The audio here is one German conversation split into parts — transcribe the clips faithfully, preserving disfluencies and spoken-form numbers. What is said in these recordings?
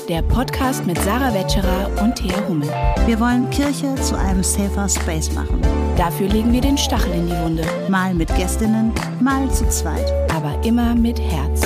der Podcast mit Sarah Wetscherer und Thea Hummel. Wir wollen Kirche zu einem safer Space machen. Dafür legen wir den Stachel in die Wunde. Mal mit Gästinnen, mal zu zweit. Aber immer mit Herz.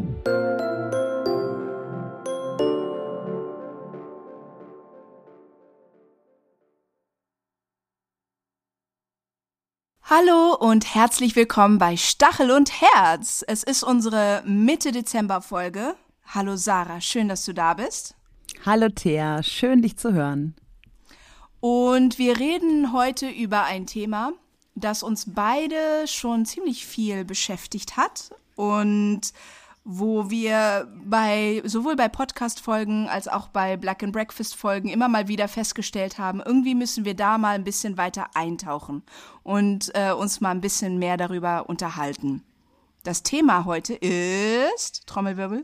Hallo und herzlich willkommen bei Stachel und Herz. Es ist unsere Mitte-Dezember-Folge. Hallo Sarah, schön, dass du da bist. Hallo Thea, schön dich zu hören. Und wir reden heute über ein Thema, das uns beide schon ziemlich viel beschäftigt hat und wo wir bei sowohl bei Podcast-Folgen als auch bei Black and Breakfast-Folgen immer mal wieder festgestellt haben, irgendwie müssen wir da mal ein bisschen weiter eintauchen und äh, uns mal ein bisschen mehr darüber unterhalten. Das Thema heute ist, Trommelwirbel.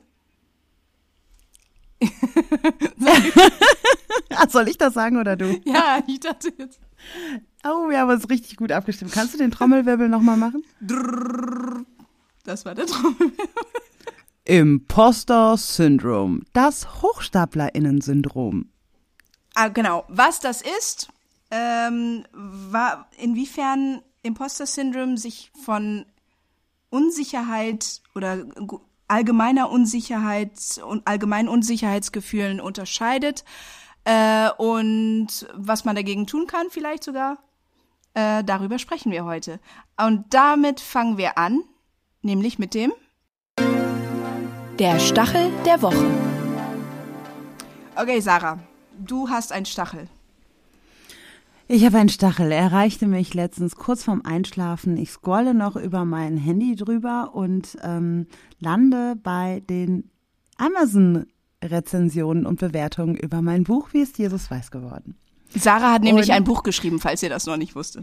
Soll ich das sagen oder du? Ja, ich dachte jetzt. Oh, wir haben uns richtig gut abgestimmt. Kannst du den Trommelwirbel nochmal machen? Das war der Trommelwirbel. Imposter-Syndrom, das HochstaplerInnen-Syndrom. Ah, genau. Was das ist, ähm, war, inwiefern Imposter-Syndrom sich von Unsicherheit oder allgemeiner Unsicherheit und allgemeinen Unsicherheitsgefühlen unterscheidet äh, und was man dagegen tun kann vielleicht sogar, äh, darüber sprechen wir heute. Und damit fangen wir an, nämlich mit dem Der Stachel der Woche. Okay, Sarah, du hast einen Stachel. Ich habe einen Stachel. Er erreichte mich letztens kurz vorm Einschlafen. Ich scrolle noch über mein Handy drüber und ähm, lande bei den Amazon-Rezensionen und Bewertungen über mein Buch Wie ist Jesus weiß geworden. Sarah hat nämlich und ein Buch geschrieben, falls ihr das noch nicht wusstet.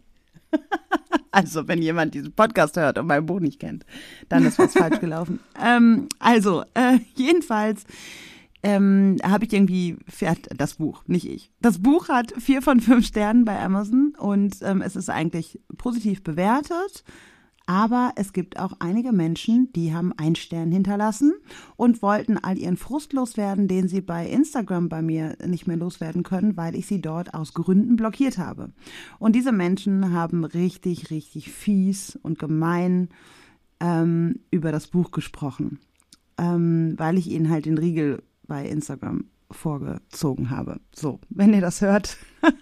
Also, wenn jemand diesen Podcast hört und mein Buch nicht kennt, dann ist was falsch gelaufen. Ähm, also, äh, jedenfalls ähm, habe ich irgendwie, das Buch, nicht ich. Das Buch hat vier von fünf Sternen bei Amazon und ähm, es ist eigentlich positiv bewertet. Aber es gibt auch einige Menschen, die haben einen Stern hinterlassen und wollten all ihren Frust loswerden, den sie bei Instagram bei mir nicht mehr loswerden können, weil ich sie dort aus Gründen blockiert habe. Und diese Menschen haben richtig, richtig fies und gemein ähm, über das Buch gesprochen, ähm, weil ich ihnen halt den Riegel bei Instagram vorgezogen habe. So, wenn ihr das hört...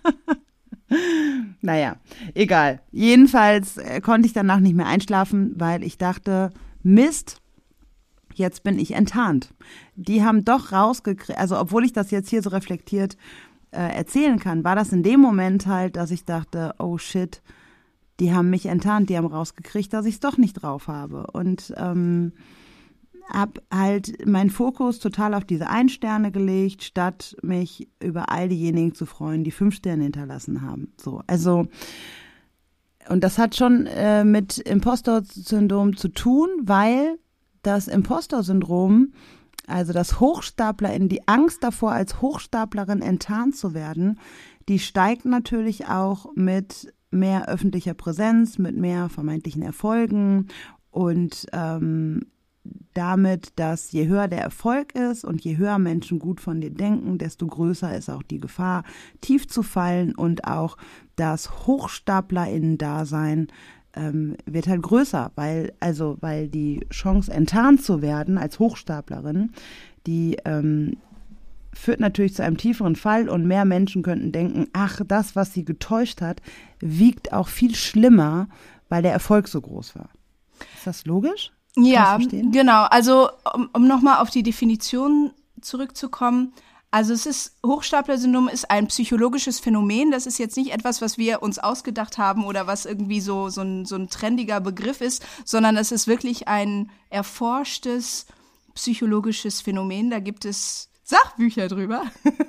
Naja, egal. Jedenfalls äh, konnte ich danach nicht mehr einschlafen, weil ich dachte, Mist, jetzt bin ich enttarnt. Die haben doch rausgekriegt, also obwohl ich das jetzt hier so reflektiert äh, erzählen kann, war das in dem Moment halt, dass ich dachte, oh shit, die haben mich enttarnt, die haben rausgekriegt, dass ich es doch nicht drauf habe. Und ähm, habe halt meinen Fokus total auf diese Ein-Sterne gelegt, statt mich über all diejenigen zu freuen, die fünf Sterne hinterlassen haben. So, also, und das hat schon äh, mit Imposter-Syndrom zu tun, weil das Imposter-Syndrom, also das Hochstaplerin, die Angst davor, als Hochstaplerin enttarnt zu werden, die steigt natürlich auch mit mehr öffentlicher Präsenz, mit mehr vermeintlichen Erfolgen und ähm, damit, dass je höher der Erfolg ist und je höher Menschen gut von dir denken, desto größer ist auch die Gefahr, tief zu fallen und auch das HochstaplerInnen-Dasein ähm, wird halt größer, weil, also, weil die Chance enttarnt zu werden als Hochstaplerin, die ähm, führt natürlich zu einem tieferen Fall und mehr Menschen könnten denken, ach, das, was sie getäuscht hat, wiegt auch viel schlimmer, weil der Erfolg so groß war. Ist das logisch? Ja, genau. Also um, um nochmal auf die Definition zurückzukommen. Also es ist, Hochstapler-Syndrom ist ein psychologisches Phänomen. Das ist jetzt nicht etwas, was wir uns ausgedacht haben oder was irgendwie so, so, ein, so ein trendiger Begriff ist, sondern es ist wirklich ein erforschtes psychologisches Phänomen. Da gibt es Sachbücher drüber.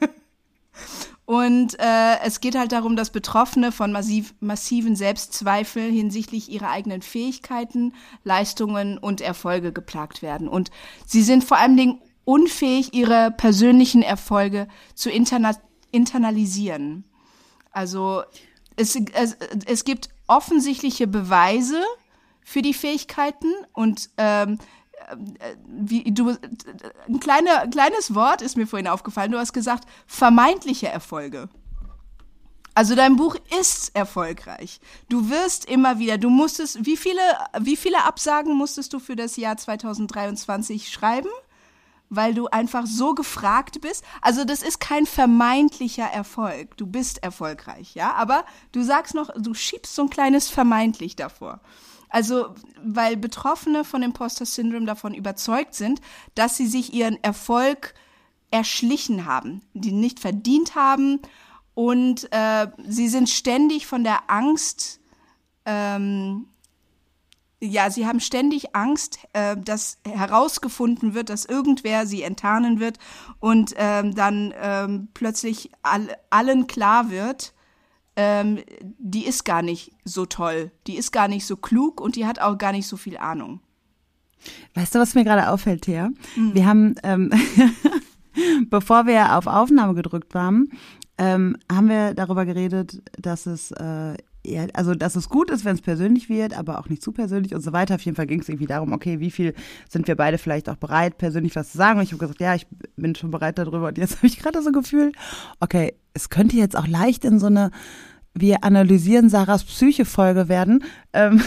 Und äh, es geht halt darum, dass Betroffene von massiv, massiven Selbstzweifeln hinsichtlich ihrer eigenen Fähigkeiten, Leistungen und Erfolge geplagt werden. Und sie sind vor allen Dingen unfähig, ihre persönlichen Erfolge zu interna- internalisieren. Also es, es, es gibt offensichtliche Beweise für die Fähigkeiten und ähm, wie du, ein kleine, kleines Wort ist mir vorhin aufgefallen. Du hast gesagt, vermeintliche Erfolge. Also dein Buch ist erfolgreich. Du wirst immer wieder, du musstest, wie viele, wie viele Absagen musstest du für das Jahr zwanzig dreiundzwanzig schreiben? Weil du einfach so gefragt bist. Also das ist kein vermeintlicher Erfolg. Du bist erfolgreich, ja. Aber du sagst noch, du schiebst so ein kleines vermeintlich davor. Also, weil Betroffene von Imposter-Syndrom davon überzeugt sind, dass sie sich ihren Erfolg erschlichen haben, die nicht verdient haben. Und äh, sie sind ständig von der Angst, ähm, ja, sie haben ständig Angst, äh, dass herausgefunden wird, dass irgendwer sie enttarnen wird und ähm, dann ähm, plötzlich all, allen klar wird, ähm, die ist gar nicht so toll, die ist gar nicht so klug und die hat auch gar nicht so viel Ahnung. Weißt du, was mir gerade auffällt, Thea? Mhm. Wir haben, ähm, bevor wir auf Aufnahme gedrückt waren, Ähm, haben wir darüber geredet, dass es äh, ja, also dass es gut ist, wenn es persönlich wird, aber auch nicht zu persönlich und so weiter. Auf jeden Fall ging es irgendwie darum, okay, wie viel sind wir beide vielleicht auch bereit, persönlich was zu sagen? Und ich habe gesagt, ja, ich bin schon bereit darüber. Und jetzt habe ich gerade so gefühlt, okay, es könnte jetzt auch leicht in so eine wir analysieren Sarahs Psyche-Folge werden. Ähm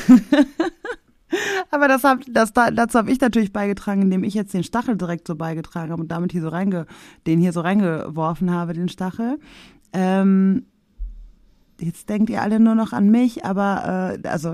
Aber das hab, das, dazu habe ich natürlich beigetragen, indem ich jetzt den Stachel direkt so beigetragen habe und damit hier so reinge, den hier so reingeworfen habe, den Stachel. Ähm, jetzt denkt ihr alle nur noch an mich, aber äh, also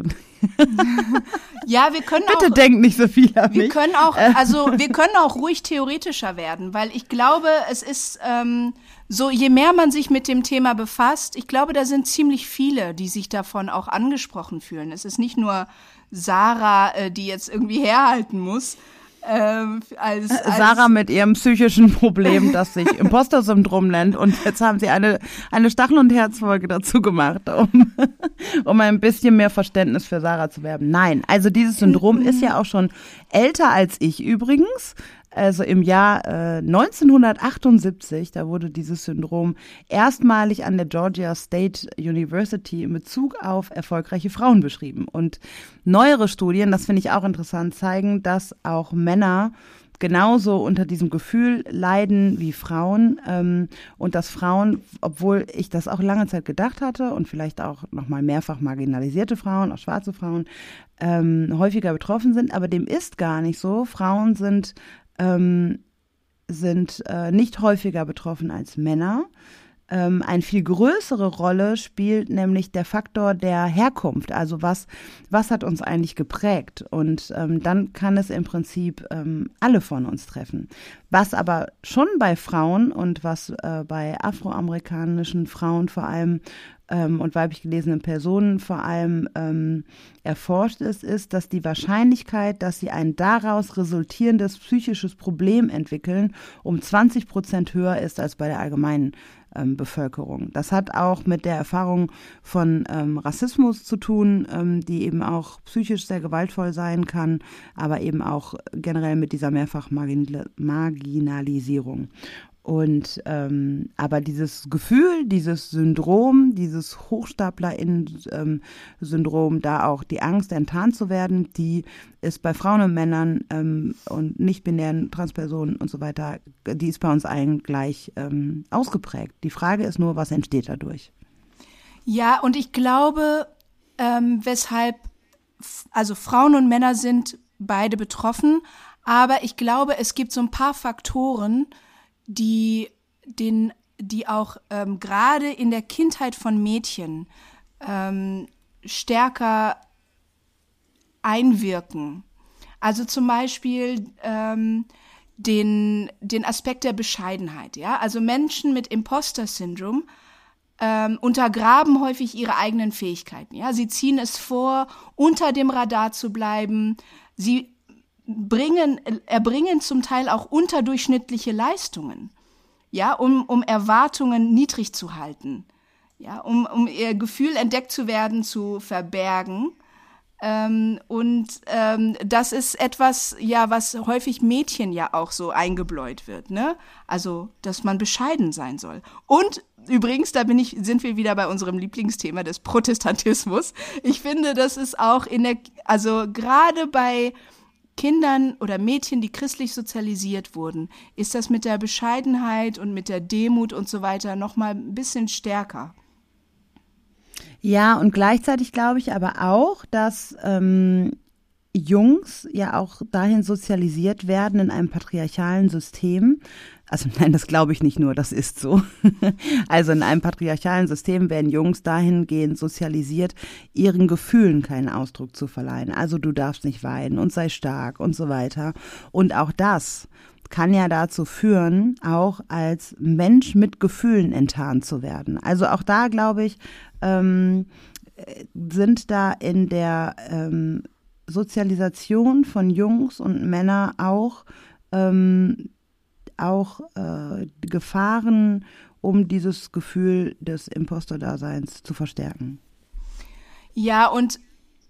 ja, wir können bitte auch, denkt nicht so viel an wir mich. können auch, also wir können auch ruhig theoretischer werden, weil ich glaube, es ist ähm, so, je mehr man sich mit dem Thema befasst, ich glaube, da sind ziemlich viele, die sich davon auch angesprochen fühlen. Es ist nicht nur Sarah, äh, die jetzt irgendwie herhalten muss. Ähm, als, als Sarah mit ihrem psychischen Problem, das sich Imposter-Syndrom nennt. Und jetzt haben sie eine, eine Stachel- und Herzfolge dazu gemacht, um, um ein bisschen mehr Verständnis für Sarah zu werben. Nein, also dieses Syndrom ist ja auch schon älter als ich übrigens. Also im Jahr äh, neunzehnhundertachtundsiebzig, da wurde dieses Syndrom erstmalig an der Georgia State University in Bezug auf erfolgreiche Frauen beschrieben. Und neuere Studien, das finde ich auch interessant, zeigen, dass auch Männer genauso unter diesem Gefühl leiden wie Frauen ähm, und dass Frauen, obwohl ich das auch lange Zeit gedacht hatte und vielleicht auch nochmal mehrfach marginalisierte Frauen, auch schwarze Frauen, ähm, häufiger betroffen sind, aber dem ist gar nicht so. Frauen sind Ähm, sind äh, nicht häufiger betroffen als Männer. Ähm, eine viel größere Rolle spielt nämlich der Faktor der Herkunft. Also was, was hat uns eigentlich geprägt? Und ähm, dann kann es im Prinzip ähm, alle von uns treffen. Was aber schon bei Frauen und was äh, bei afroamerikanischen Frauen vor allem ähm, und weiblich gelesenen Personen vor allem ähm, erforscht ist, ist, dass die Wahrscheinlichkeit, dass sie ein daraus resultierendes psychisches Problem entwickeln, um zwanzig Prozent höher ist als bei der allgemeinen ähm, Bevölkerung. Das hat auch mit der Erfahrung von ähm, Rassismus zu tun, ähm, die eben auch psychisch sehr gewaltvoll sein kann, aber eben auch generell mit dieser mehrfach Margin- Marginalisierung. Und ähm, aber dieses Gefühl, dieses Syndrom, dieses HochstaplerInnen-Syndrom, ähm, da auch die Angst, enttarnt zu werden, die ist bei Frauen und Männern ähm, und nicht-binären Transpersonen und so weiter, die ist bei uns allen gleich ähm, ausgeprägt. Die Frage ist nur, was entsteht dadurch? Ja, und ich glaube, ähm, weshalb, also Frauen und Männer sind beide betroffen, aber ich glaube, es gibt so ein paar Faktoren, die den, die auch ähm, gerade in der Kindheit von Mädchen ähm, stärker einwirken. Also zum Beispiel ähm, den, den Aspekt der Bescheidenheit. Ja? Also Menschen mit Imposter-Syndrom ähm, untergraben häufig ihre eigenen Fähigkeiten. Ja? Sie ziehen es vor, unter dem Radar zu bleiben. Sie bringen, erbringen zum Teil auch unterdurchschnittliche Leistungen, ja, um, um Erwartungen niedrig zu halten, ja, um, um ihr Gefühl, entdeckt zu werden, zu verbergen. Ähm, und ähm, das ist etwas, ja, was häufig Mädchen ja auch so eingebläut wird, ne? Also, dass man bescheiden sein soll. Und übrigens, da bin ich, sind wir wieder bei unserem Lieblingsthema des Protestantismus. Ich finde, das ist auch in der, also gerade bei Kindern oder Mädchen, die christlich sozialisiert wurden, ist das mit der Bescheidenheit und mit der Demut und so weiter noch mal ein bisschen stärker. Ja, und gleichzeitig glaube ich aber auch, dass ähm, Jungs ja auch dahin sozialisiert werden in einem patriarchalen System. Also nein, das glaube ich nicht nur, das ist so. Also in einem patriarchalen System werden Jungs dahingehend sozialisiert, ihren Gefühlen keinen Ausdruck zu verleihen. Also du darfst nicht weinen und sei stark und so weiter. Und auch das kann ja dazu führen, auch als Mensch mit Gefühlen enttarnt zu werden. Also auch da, glaube ich, ähm, sind da in der ähm, Sozialisation von Jungs und Männern auch ähm, auch äh, Gefahren, um dieses Gefühl des Imposter-Daseins zu verstärken. Ja, und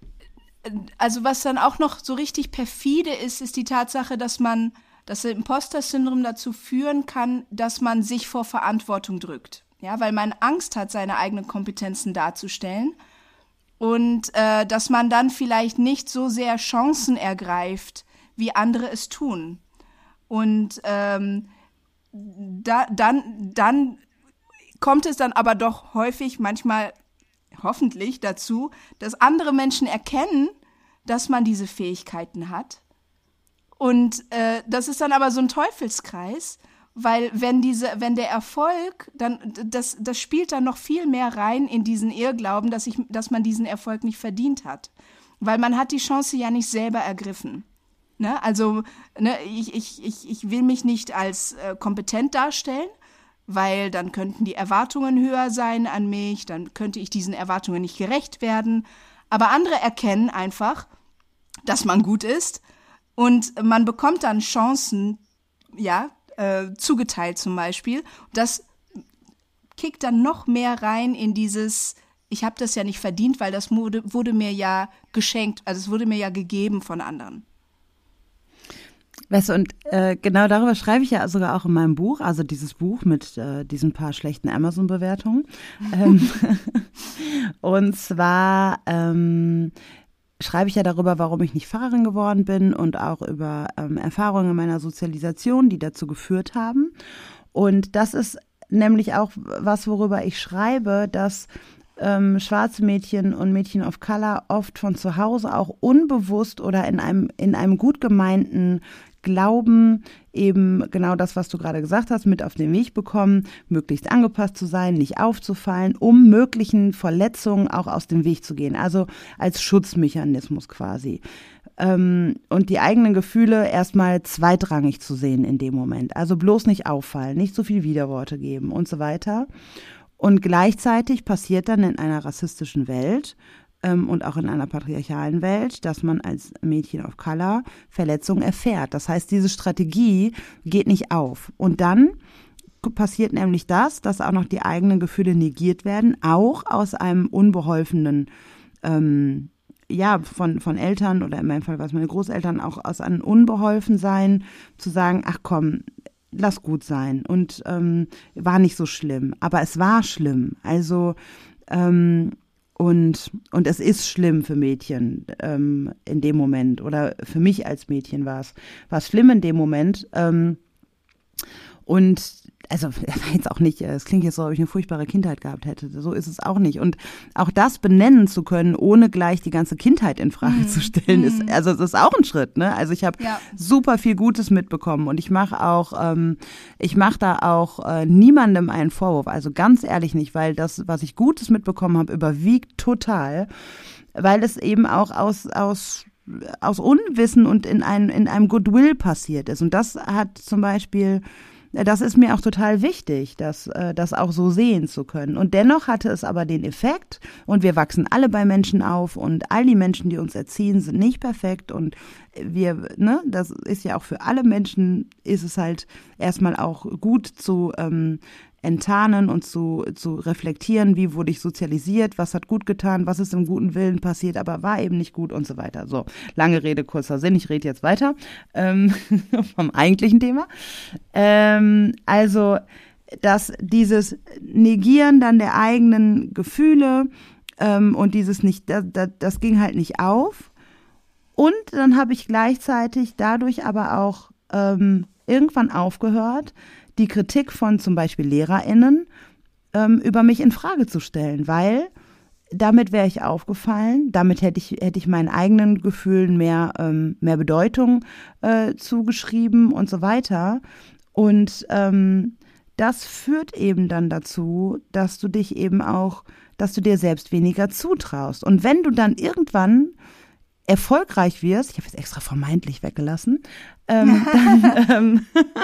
also was dann auch noch so richtig perfide ist, ist die Tatsache, dass man das Imposter-Syndrom dazu führen kann, dass man sich vor Verantwortung drückt. Ja, weil man Angst hat, seine eigenen Kompetenzen darzustellen und äh, dass man dann vielleicht nicht so sehr Chancen ergreift, wie andere es tun. Und ähm, da, dann, dann kommt es dann aber doch häufig, manchmal hoffentlich dazu, dass andere Menschen erkennen, dass man diese Fähigkeiten hat. Und äh, das ist dann aber so ein Teufelskreis, weil wenn diese, wenn der Erfolg, dann das, das spielt dann noch viel mehr rein in diesen Irrglauben, dass ich, dass man diesen Erfolg nicht verdient hat, weil man hat die Chance ja nicht selber ergriffen. Ne? Also ne, ich, ich, ich, ich will mich nicht als äh, kompetent darstellen, weil dann könnten die Erwartungen höher sein an mich, dann könnte ich diesen Erwartungen nicht gerecht werden. Aber andere erkennen einfach, dass man gut ist und man bekommt dann Chancen, ja, äh, zugeteilt zum Beispiel. Das kickt dann noch mehr rein in dieses, ich habe das ja nicht verdient, weil das wurde, wurde mir ja geschenkt, also es wurde mir ja gegeben von anderen. Weißt du, und äh, genau darüber schreibe ich ja sogar auch in meinem Buch, also dieses Buch mit äh, diesen paar schlechten Amazon-Bewertungen. ähm, und zwar ähm, schreibe ich ja darüber, warum ich nicht Pfarrerin geworden bin und auch über ähm, Erfahrungen in meiner Sozialisation, die dazu geführt haben. Und das ist nämlich auch was, worüber ich schreibe, dass ähm, schwarze Mädchen und Mädchen of Color oft von zu Hause auch unbewusst oder in einem, in einem gut gemeinten Glauben eben genau das, was du gerade gesagt hast, mit auf den Weg bekommen, möglichst angepasst zu sein, nicht aufzufallen, um möglichen Verletzungen auch aus dem Weg zu gehen. Also als Schutzmechanismus quasi. Ähm, und die eigenen Gefühle erstmal zweitrangig zu sehen in dem Moment. Also bloß nicht auffallen, nicht so viel Widerworte geben und so weiter. Und gleichzeitig passiert dann in einer rassistischen Welt ähm, und auch in einer patriarchalen Welt, dass man als Mädchen of Color Verletzungen erfährt. Das heißt, diese Strategie geht nicht auf. Und dann passiert nämlich das, dass auch noch die eigenen Gefühle negiert werden, auch aus einem unbeholfenen, ähm, ja, von, von Eltern oder in meinem Fall war es meine Großeltern, auch aus einem Unbeholfensein zu sagen, ach komm, lass gut sein und ähm, war nicht so schlimm, aber es war schlimm, also ähm, und und es ist schlimm für Mädchen ähm, in dem Moment oder für mich als Mädchen war es war es schlimm in dem Moment ähm, und also jetzt auch nicht, es klingt jetzt so, ob ich eine furchtbare Kindheit gehabt hätte, so ist es auch nicht. Und auch das benennen zu können, ohne gleich die ganze Kindheit in Frage mm. zu stellen, ist mm. also das ist auch ein Schritt, ne? Also ich habe ja. super viel Gutes mitbekommen und ich mache auch, ähm, ich mache da auch äh, niemandem einen Vorwurf, also ganz ehrlich nicht, weil das, was ich Gutes mitbekommen habe, überwiegt total, weil es eben auch aus aus aus Unwissen und in einem in einem Goodwill passiert ist. Und das hat zum Beispiel Das ist mir auch total wichtig, das, das auch so sehen zu können. Und dennoch hatte es aber den Effekt, und wir wachsen alle bei Menschen auf und all die Menschen, die uns erziehen, sind nicht perfekt und wir, ne, das ist ja auch für alle Menschen, ist es halt erstmal auch gut zu ähm, enttarnen und zu, zu reflektieren, wie wurde ich sozialisiert, was hat gut getan, was ist im guten Willen passiert, aber war eben nicht gut und so weiter. So, lange Rede, kurzer Sinn, ich rede jetzt weiter ähm, vom eigentlichen Thema. Ähm, also, dass dieses Negieren dann der eigenen Gefühle ähm, und dieses nicht, das, das, das ging halt nicht auf. Und dann habe ich gleichzeitig dadurch aber auch ähm, irgendwann aufgehört, die Kritik von zum Beispiel LehrerInnen ähm, über mich in Frage zu stellen, weil damit wäre ich aufgefallen, damit hätte ich, hätte ich meinen eigenen Gefühlen mehr, ähm, mehr Bedeutung äh, zugeschrieben und so weiter. Und ähm, das führt eben dann dazu, dass du dich eben auch, dass du dir selbst weniger zutraust. Und wenn du dann irgendwann erfolgreich wirst, ich habe jetzt extra vermeintlich weggelassen, ähm, dann, ähm,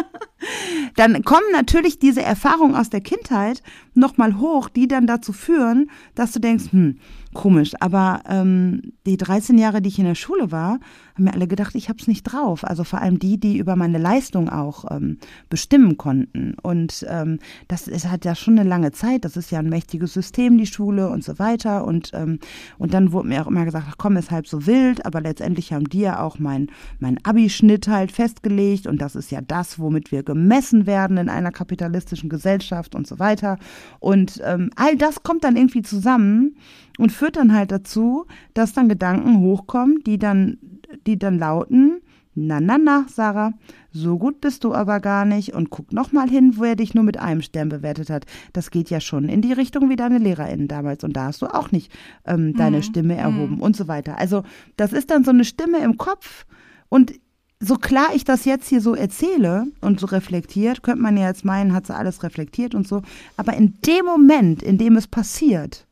dann kommen natürlich diese Erfahrungen aus der Kindheit nochmal hoch, die dann dazu führen, dass du denkst, hm, komisch, aber ähm, die dreizehn Jahre, die ich in der Schule war, haben mir alle gedacht, ich hab's nicht drauf. Also vor allem die, die über meine Leistung auch ähm, bestimmen konnten. Und ähm, das ist, hat ja schon eine lange Zeit, das ist ja ein mächtiges System, die Schule und so weiter. Und ähm, und dann wurde mir auch immer gesagt, ach komm, ist halb so wild, aber letztendlich haben die ja auch mein, mein Abi-Schnitt halt festgelegt und das ist ja das, womit wir gemessen werden in einer kapitalistischen Gesellschaft und so weiter. Und ähm, all das kommt dann irgendwie zusammen und führt dann halt dazu, dass dann Gedanken hochkommen, die dann, die dann lauten, na, na, na, Sarah, so gut bist du aber gar nicht und guck noch mal hin, wo er dich nur mit einem Stern bewertet hat. Das geht ja schon in die Richtung wie deine LehrerInnen damals und da hast du auch nicht ähm, deine mhm. Stimme erhoben mhm. und so weiter. Also das ist dann so eine Stimme im Kopf und so klar ich das jetzt hier so erzähle und so reflektiert, könnte man ja jetzt meinen, hat sie alles reflektiert und so, aber in dem Moment, in dem es passiert,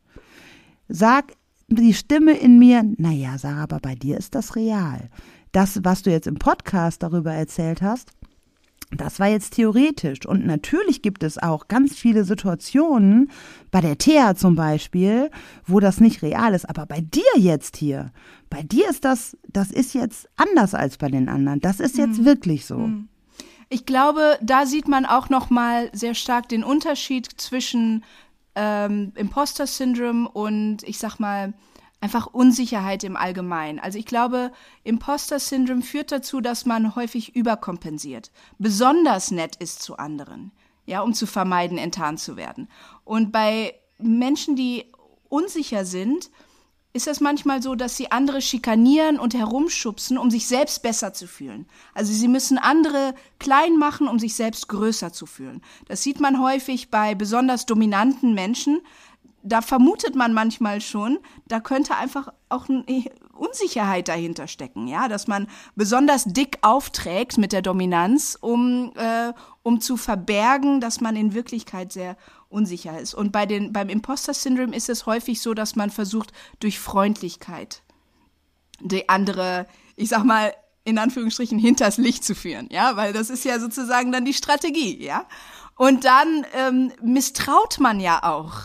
sagt die Stimme in mir, naja, Sarah, aber bei dir ist das real. Das, was du jetzt im Podcast darüber erzählt hast, das war jetzt theoretisch. Und natürlich gibt es auch ganz viele Situationen, bei der Thea zum Beispiel, wo das nicht real ist. Aber bei dir jetzt hier, bei dir ist das, das ist jetzt anders als bei den anderen. Das ist jetzt mhm. wirklich so. Ich glaube, da sieht man auch noch mal sehr stark den Unterschied zwischen ähm, Imposter-Syndrom und, ich sag mal, einfach Unsicherheit im Allgemeinen. Also ich glaube, Imposter-Syndrom führt dazu, dass man häufig überkompensiert, besonders nett ist zu anderen, ja, um zu vermeiden, enttarnt zu werden. Und bei Menschen, die unsicher sind, ist das manchmal so, dass sie andere schikanieren und herumschubsen, um sich selbst besser zu fühlen. Also sie müssen andere klein machen, um sich selbst größer zu fühlen. Das sieht man häufig bei besonders dominanten Menschen. Da vermutet man manchmal schon, da könnte einfach auch eine Unsicherheit dahinter stecken, ja, dass man besonders dick aufträgt mit der Dominanz, um äh, um zu verbergen, dass man in Wirklichkeit sehr unsicher ist. Und bei den beim Imposter-Syndrom ist es häufig so, dass man versucht, durch Freundlichkeit die andere, ich sag mal, in Anführungsstrichen hinters Licht zu führen, ja, weil das ist ja sozusagen dann die Strategie, ja. Und dann ähm, misstraut man ja auch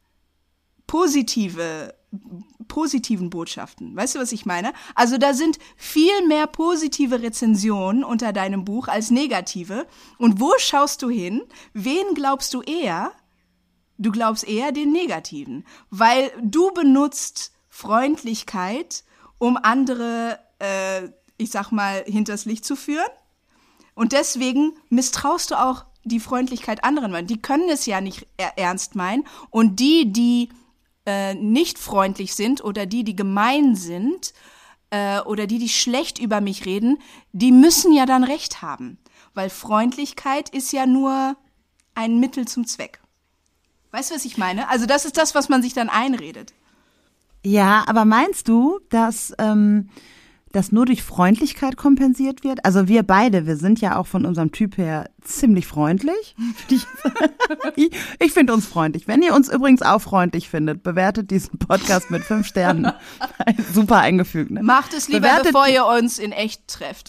positive, positiven Botschaften. Weißt du, was ich meine? Also da sind viel mehr positive Rezensionen unter deinem Buch als negative. Und wo schaust du hin? Wen glaubst du eher? Du glaubst eher den Negativen. Weil du benutzt Freundlichkeit, um andere, äh, ich sag mal, hinters Licht zu führen. Und deswegen misstraust du auch die Freundlichkeit anderen Leuten. Die können es ja nicht ernst meinen. Und die, die nicht freundlich sind oder die, die gemein sind äh, oder die, die schlecht über mich reden, die müssen ja dann recht haben. Weil Freundlichkeit ist ja nur ein Mittel zum Zweck. Weißt du, was ich meine? Also das ist das, was man sich dann einredet. Ja, aber meinst du, dass ähm, das nur durch Freundlichkeit kompensiert wird? Also wir beide, wir sind ja auch von unserem Typ her ziemlich freundlich. ich ich finde uns freundlich. Wenn ihr uns übrigens auch freundlich findet, bewertet diesen Podcast mit fünf Sternen. Super eingefügt. Ne? Macht es lieber, bewertet, bevor ihr uns in echt trefft.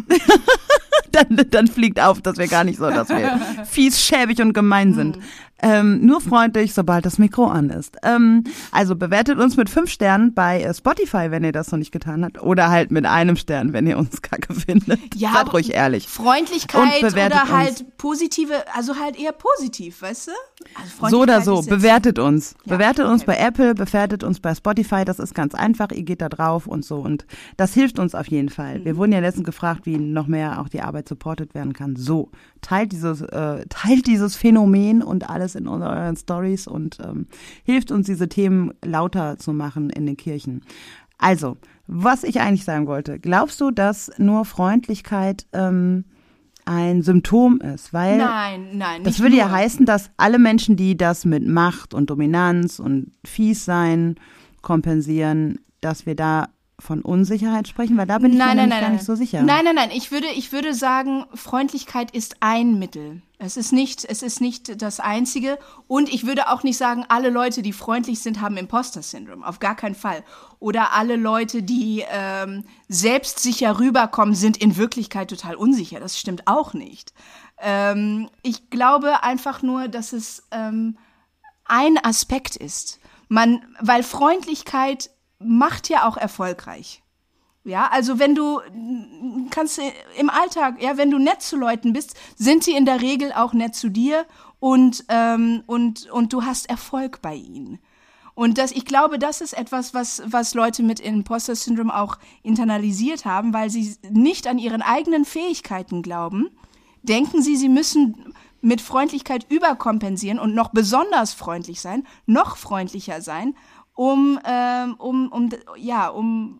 dann, dann fliegt auf, dass wir gar nicht so, dass wir fies, schäbig und gemein sind. Mhm. Ähm, nur freundlich, sobald das Mikro an ist. Ähm, also bewertet uns mit fünf Sternen bei Spotify, wenn ihr das noch nicht getan habt. Oder halt mit einem Stern, wenn ihr uns kacke findet. Ja, seid ruhig ehrlich. Freundlichkeit oder halt positive, also halt eher positiv, weißt du? Also so oder so, bewertet uns. Ja, bewertet okay. uns bei Apple, bewertet uns bei Spotify. Das ist ganz einfach. Ihr geht da drauf und so. Und das hilft uns auf jeden Fall. Mhm. Wir wurden ja letztens gefragt, wie noch mehr auch die Arbeit supportet werden kann. So, teilt dieses, äh, teilt dieses Phänomen und alles in euren Stories und ähm, hilft uns, diese Themen lauter zu machen in den Kirchen. Also, was ich eigentlich sagen wollte, glaubst du, dass nur Freundlichkeit ähm, ein Symptom ist? Weil Nein, nein, das nicht würde ja nur. heißen, dass alle Menschen, die das mit Macht und Dominanz und fies sein kompensieren, dass wir da von Unsicherheit sprechen, weil da bin ich mir Nein, nein, nämlich nein, gar nein. nicht so sicher. Nein, nein, nein. Ich würde, ich würde sagen, Freundlichkeit ist ein Mittel. Es ist nicht, es ist nicht das einzige. Und ich würde auch nicht sagen, alle Leute, die freundlich sind, haben Imposter-Syndrom. Auf gar keinen Fall. Oder alle Leute, die ähm, selbstsicher rüberkommen, sind in Wirklichkeit total unsicher. Das stimmt auch nicht. Ähm, ich glaube einfach nur, dass es ähm, ein Aspekt ist. Man, weil Freundlichkeit macht ja auch erfolgreich. Ja, also wenn du kannst im Alltag, ja, wenn du nett zu Leuten bist, sind sie in der Regel auch nett zu dir und ähm, und und du hast Erfolg bei ihnen. Und das, ich glaube, das ist etwas, was was Leute mit Imposter-Syndrom auch internalisiert haben, weil sie nicht an ihren eigenen Fähigkeiten glauben. Denken sie, sie müssen mit Freundlichkeit überkompensieren und noch besonders freundlich sein, noch freundlicher sein, um ähm, um um ja um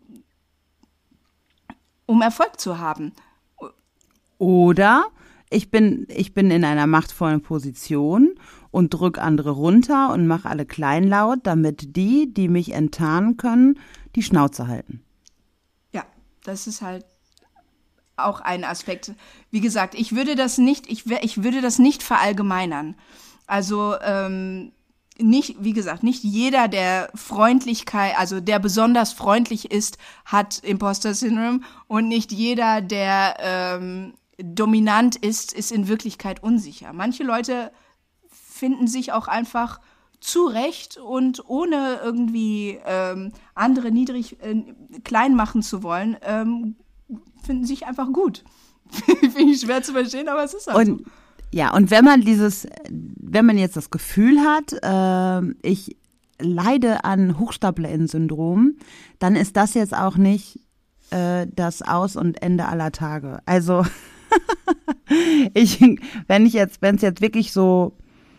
um Erfolg zu haben. Oder ich bin, ich bin in einer machtvollen Position und drück andere runter und mache alle kleinlaut, damit die, die mich enttarnen können, die Schnauze halten. Ja, das ist halt auch ein Aspekt. Wie gesagt, ich würde das nicht, ich, ich würde das nicht verallgemeinern. Also ähm, nicht, wie gesagt, nicht jeder, der Freundlichkeit, also der besonders freundlich ist, hat Imposter-Syndrom und nicht jeder, der ähm, dominant ist, ist in Wirklichkeit unsicher. Manche Leute finden sich auch einfach zurecht und ohne irgendwie ähm, andere niedrig, äh, klein machen zu wollen, ähm, finden sich einfach gut. Finde ich schwer zu verstehen, aber es ist halt Und so. ja, und wenn man dieses, wenn man jetzt das Gefühl hat, äh, ich leide an HochstaplerInnen-Syndrom, dann ist das jetzt auch nicht äh, das Aus- und Ende aller Tage. Also ich, wenn ich jetzt, wenn es jetzt wirklich so,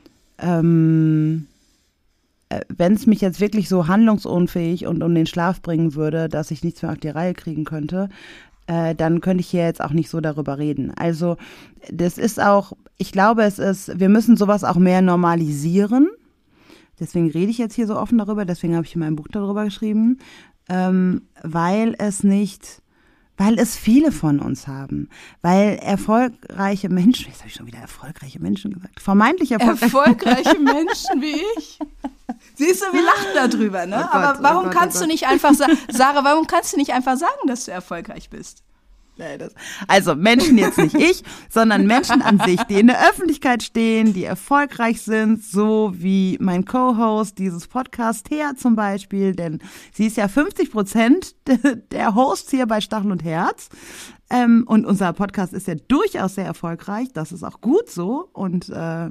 ähm, wenn es mich jetzt wirklich so handlungsunfähig und um den Schlaf bringen würde, dass ich nichts mehr auf die Reihe kriegen könnte, äh, dann könnte ich hier jetzt auch nicht so darüber reden. Also das ist auch, ich glaube, es ist, wir müssen sowas auch mehr normalisieren. Deswegen rede ich jetzt hier so offen darüber, deswegen habe ich in meinem Buch darüber geschrieben, ähm, weil es nicht, weil es viele von uns haben, weil erfolgreiche Menschen, jetzt habe ich schon wieder erfolgreiche Menschen gesagt, vermeintlich erfolgreiche, Erfolgreiche Menschen wie ich. Siehst du, wir lachen darüber, ne? Oh Gott, Aber warum oh Gott, oh kannst Gott. du nicht einfach sagen, Sarah, warum kannst du nicht einfach sagen, dass du erfolgreich bist? Nee, das, also Menschen jetzt nicht ich, sondern Menschen an sich, die in der Öffentlichkeit stehen, die erfolgreich sind, so wie mein Co-Host dieses Podcast Thea zum Beispiel, denn sie ist ja fünfzig Prozent der Hosts hier bei Stachel und Herz. Ähm, und unser Podcast ist ja durchaus sehr erfolgreich, das ist auch gut so. Und äh,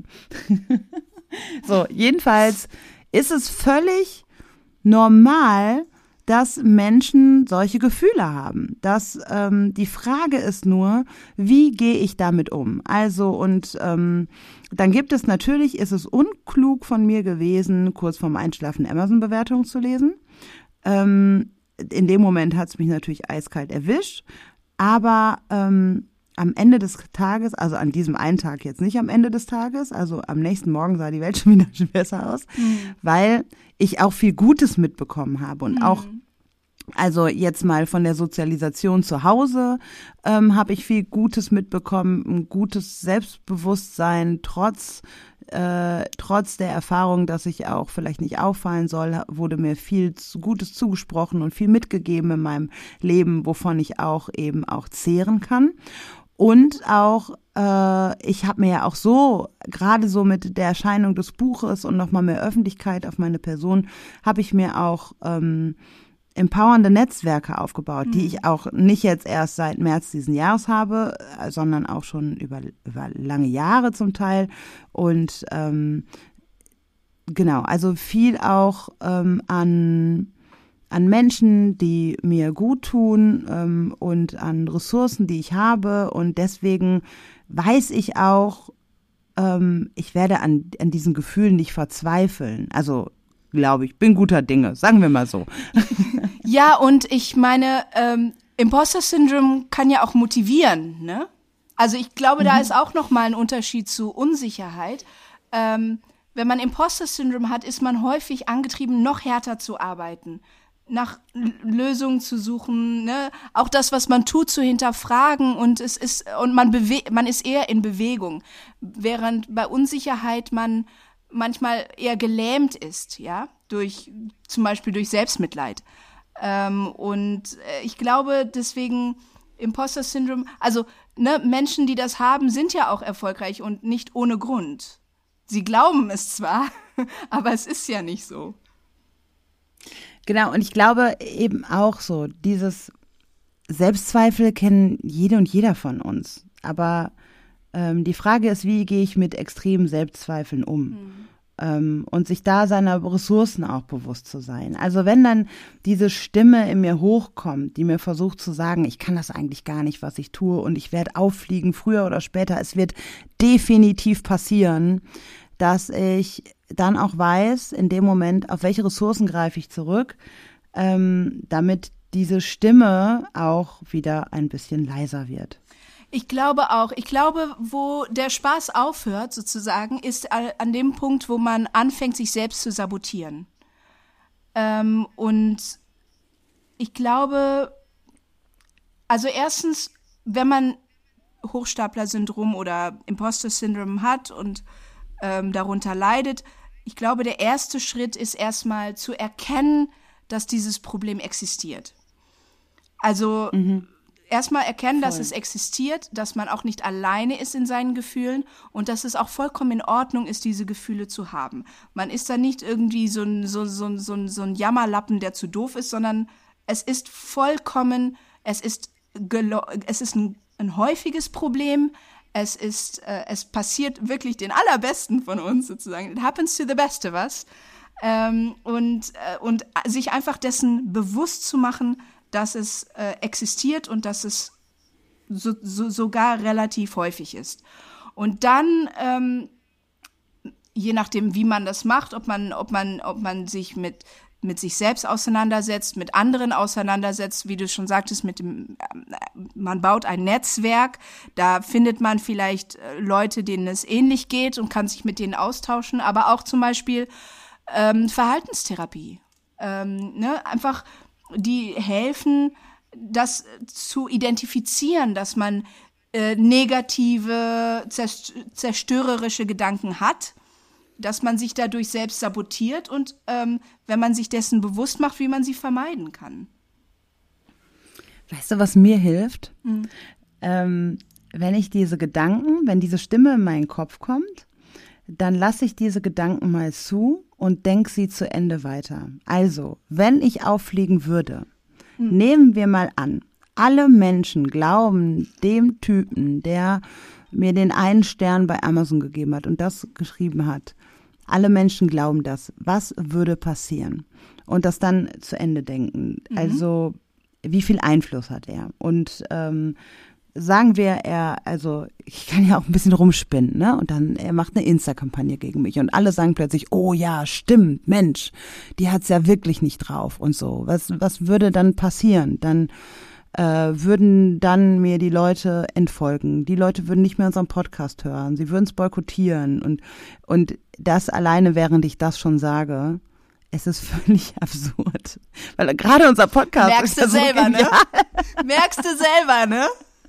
so, jedenfalls ist es völlig normal, dass Menschen solche Gefühle haben. Dass ähm, die Frage ist nur, wie gehe ich damit um? Also und ähm, dann gibt es natürlich, ist es unklug von mir gewesen, kurz vorm Einschlafen Amazon-Bewertungen zu lesen. Ähm, in dem Moment hat es mich natürlich eiskalt erwischt, aber ähm, am Ende des Tages, also an diesem einen Tag jetzt nicht am Ende des Tages, also am nächsten Morgen sah die Welt schon wieder schon besser aus, mhm. weil ich auch viel Gutes mitbekommen habe und mhm. auch, also jetzt mal von der Sozialisation zu Hause ähm, habe ich viel Gutes mitbekommen, ein gutes Selbstbewusstsein, trotz äh, trotz der Erfahrung, dass ich auch vielleicht nicht auffallen soll, wurde mir viel Gutes zugesprochen und viel mitgegeben in meinem Leben, wovon ich auch eben auch zehren kann. Und auch, äh, ich habe mir ja auch so, gerade so mit der Erscheinung des Buches und nochmal mehr Öffentlichkeit auf meine Person, habe ich mir auch ähm, empowernde Netzwerke aufgebaut, mhm. die ich auch nicht jetzt erst seit März diesen Jahres habe, sondern auch schon über, über lange Jahre zum Teil. Und ähm, genau, also viel auch ähm, an an Menschen, die mir gut tun ähm, und an Ressourcen, die ich habe. Und deswegen weiß ich auch, ähm, ich werde an, an diesen Gefühlen nicht verzweifeln. Also glaube ich, bin guter Dinge, sagen wir mal so. Ja, und ich meine, ähm, Imposter-Syndrom kann ja auch motivieren, ne? Also ich glaube, mhm. da ist auch nochmal ein Unterschied zu Unsicherheit. Ähm, wenn man Imposter-Syndrom hat, ist man häufig angetrieben, noch härter zu arbeiten, nach L- Lösungen zu suchen, ne? Auch das, was man tut, zu hinterfragen und es ist und man bewe- man ist eher in Bewegung, während bei Unsicherheit man manchmal eher gelähmt ist, ja, durch zum Beispiel durch Selbstmitleid. Ähm, und äh, ich glaube deswegen Imposter-Syndrom, also ne, Menschen, die das haben, sind ja auch erfolgreich und nicht ohne Grund. Sie glauben es zwar, aber es ist ja nicht so. Genau, und ich glaube eben auch so, dieses Selbstzweifel kennen jede und jeder von uns. Aber ähm, die Frage ist, wie gehe ich mit extremen Selbstzweifeln um? Mhm. Ähm, und sich da seiner Ressourcen auch bewusst zu sein. Also wenn dann diese Stimme in mir hochkommt, die mir versucht zu sagen, ich kann das eigentlich gar nicht, was ich tue und ich werde auffliegen, früher oder später, es wird definitiv passieren, dass ich dann auch weiß, in dem Moment, auf welche Ressourcen greife ich zurück, ähm, damit diese Stimme auch wieder ein bisschen leiser wird. Ich glaube auch. Ich glaube, wo der Spaß aufhört, sozusagen, ist an dem Punkt, wo man anfängt, sich selbst zu sabotieren. Ähm, und ich glaube, also erstens, wenn man Hochstapler-Syndrom oder Imposter-Syndrom hat und ähm, darunter leidet, ich glaube, der erste Schritt ist erstmal zu erkennen, dass dieses Problem existiert. Also mhm. erstmal erkennen, Voll. dass es existiert, dass man auch nicht alleine ist in seinen Gefühlen und dass es auch vollkommen in Ordnung ist, diese Gefühle zu haben. Man ist da nicht irgendwie so ein, so, so, so, so ein Jammerlappen, der zu doof ist, sondern es ist vollkommen, es ist, gelo- es ist ein, ein häufiges Problem. Es ist, äh, es passiert wirklich den Allerbesten von uns sozusagen. It happens to the best of us. Ähm, und, äh, und sich einfach dessen bewusst zu machen, dass es äh, existiert und dass es so, so, sogar relativ häufig ist. Und dann, ähm, je nachdem, wie man das macht, ob man, ob man, ob man sich mit mit sich selbst auseinandersetzt, mit anderen auseinandersetzt, wie du schon sagtest, mit dem, man baut ein Netzwerk, da findet man vielleicht Leute, denen es ähnlich geht und kann sich mit denen austauschen, aber auch zum Beispiel ähm, Verhaltenstherapie, ähm, ne? Einfach, die helfen, das zu identifizieren, dass man äh, negative, zerstörerische Gedanken hat, dass man sich dadurch selbst sabotiert und ähm, wenn man sich dessen bewusst macht, wie man sie vermeiden kann. Weißt du, was mir hilft? Mhm. Ähm, wenn ich diese Gedanken, wenn diese Stimme in meinen Kopf kommt, dann lasse ich diese Gedanken mal zu und denke sie zu Ende weiter. Also, wenn ich auffliegen würde, mhm. nehmen wir mal an, alle Menschen glauben dem Typen, der mir den einen Stern bei Amazon gegeben hat und das geschrieben hat. Alle Menschen glauben das. Was würde passieren? Und das dann zu Ende denken. Mhm. Also, wie viel Einfluss hat er? Und ähm, sagen wir, er, also ich kann ja auch ein bisschen rumspinnen, ne? Und dann, er macht eine Insta-Kampagne gegen mich und alle sagen plötzlich, oh ja, stimmt, Mensch, die hat's ja wirklich nicht drauf und so. Was, was würde dann passieren? Dann Äh, würden dann mir die Leute entfolgen. Die Leute würden nicht mehr unseren Podcast hören. Sie würden es boykottieren. Und, und das alleine, während ich das schon sage, es ist völlig absurd. Weil gerade unser Podcast Merkst ist du ja selber, so ne? Merkst du selber, ne?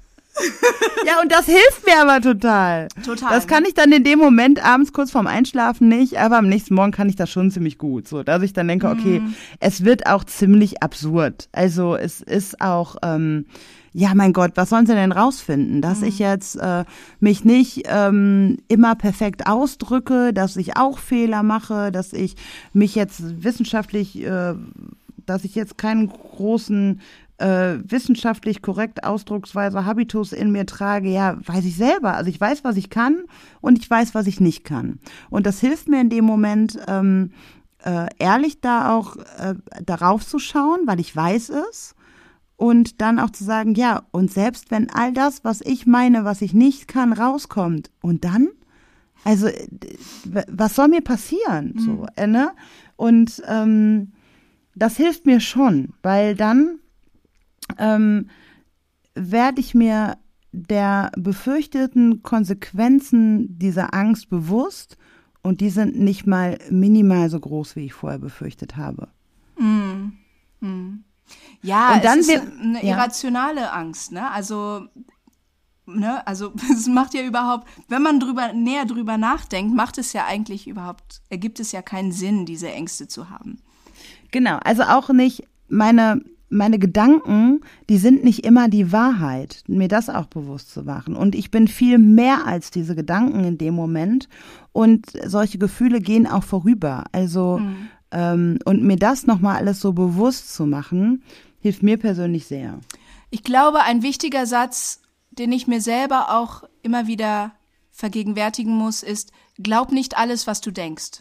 Ja, und das hilft mir aber total. Total. Das kann ich dann in dem Moment abends kurz vorm Einschlafen nicht, aber am nächsten Morgen kann ich das schon ziemlich gut. So, dass ich dann denke, okay, mm. es wird auch ziemlich absurd. Also es ist auch, ähm, ja, mein Gott, was sollen sie denn rausfinden? Dass mm. ich jetzt äh, mich nicht ähm, immer perfekt ausdrücke, dass ich auch Fehler mache, dass ich mich jetzt wissenschaftlich, äh, dass ich jetzt keinen großen Äh, wissenschaftlich korrekt Ausdrucksweise Habitus in mir trage, ja, weiß ich selber. Also ich weiß, was ich kann und ich weiß, was ich nicht kann. Und das hilft mir in dem Moment, ähm, äh, ehrlich da auch äh, darauf zu schauen, weil ich weiß es. Und dann auch zu sagen, ja, und selbst wenn all das, was ich meine, was ich nicht kann, rauskommt, und dann? Also, was soll mir passieren? Mhm. So, äh, ne? Und ähm, das hilft mir schon, weil dann ähm, werde ich mir der befürchteten Konsequenzen dieser Angst bewusst und die sind nicht mal minimal so groß, wie ich vorher befürchtet habe. Mm. Mm. Ja, und dann es ist wird, eine ja. irrationale Angst, ne? Also, ne, also es macht ja überhaupt, wenn man drüber näher drüber nachdenkt, macht es ja eigentlich überhaupt, ergibt es ja keinen Sinn, diese Ängste zu haben. Genau, also auch nicht meine Meine Gedanken, die sind nicht immer die Wahrheit, mir das auch bewusst zu machen. Und ich bin viel mehr als diese Gedanken in dem Moment. Und solche Gefühle gehen auch vorüber. Also, mhm. ähm, und mir das nochmal alles so bewusst zu machen, hilft mir persönlich sehr. Ich glaube, ein wichtiger Satz, den ich mir selber auch immer wieder vergegenwärtigen muss, ist, glaub nicht alles, was du denkst.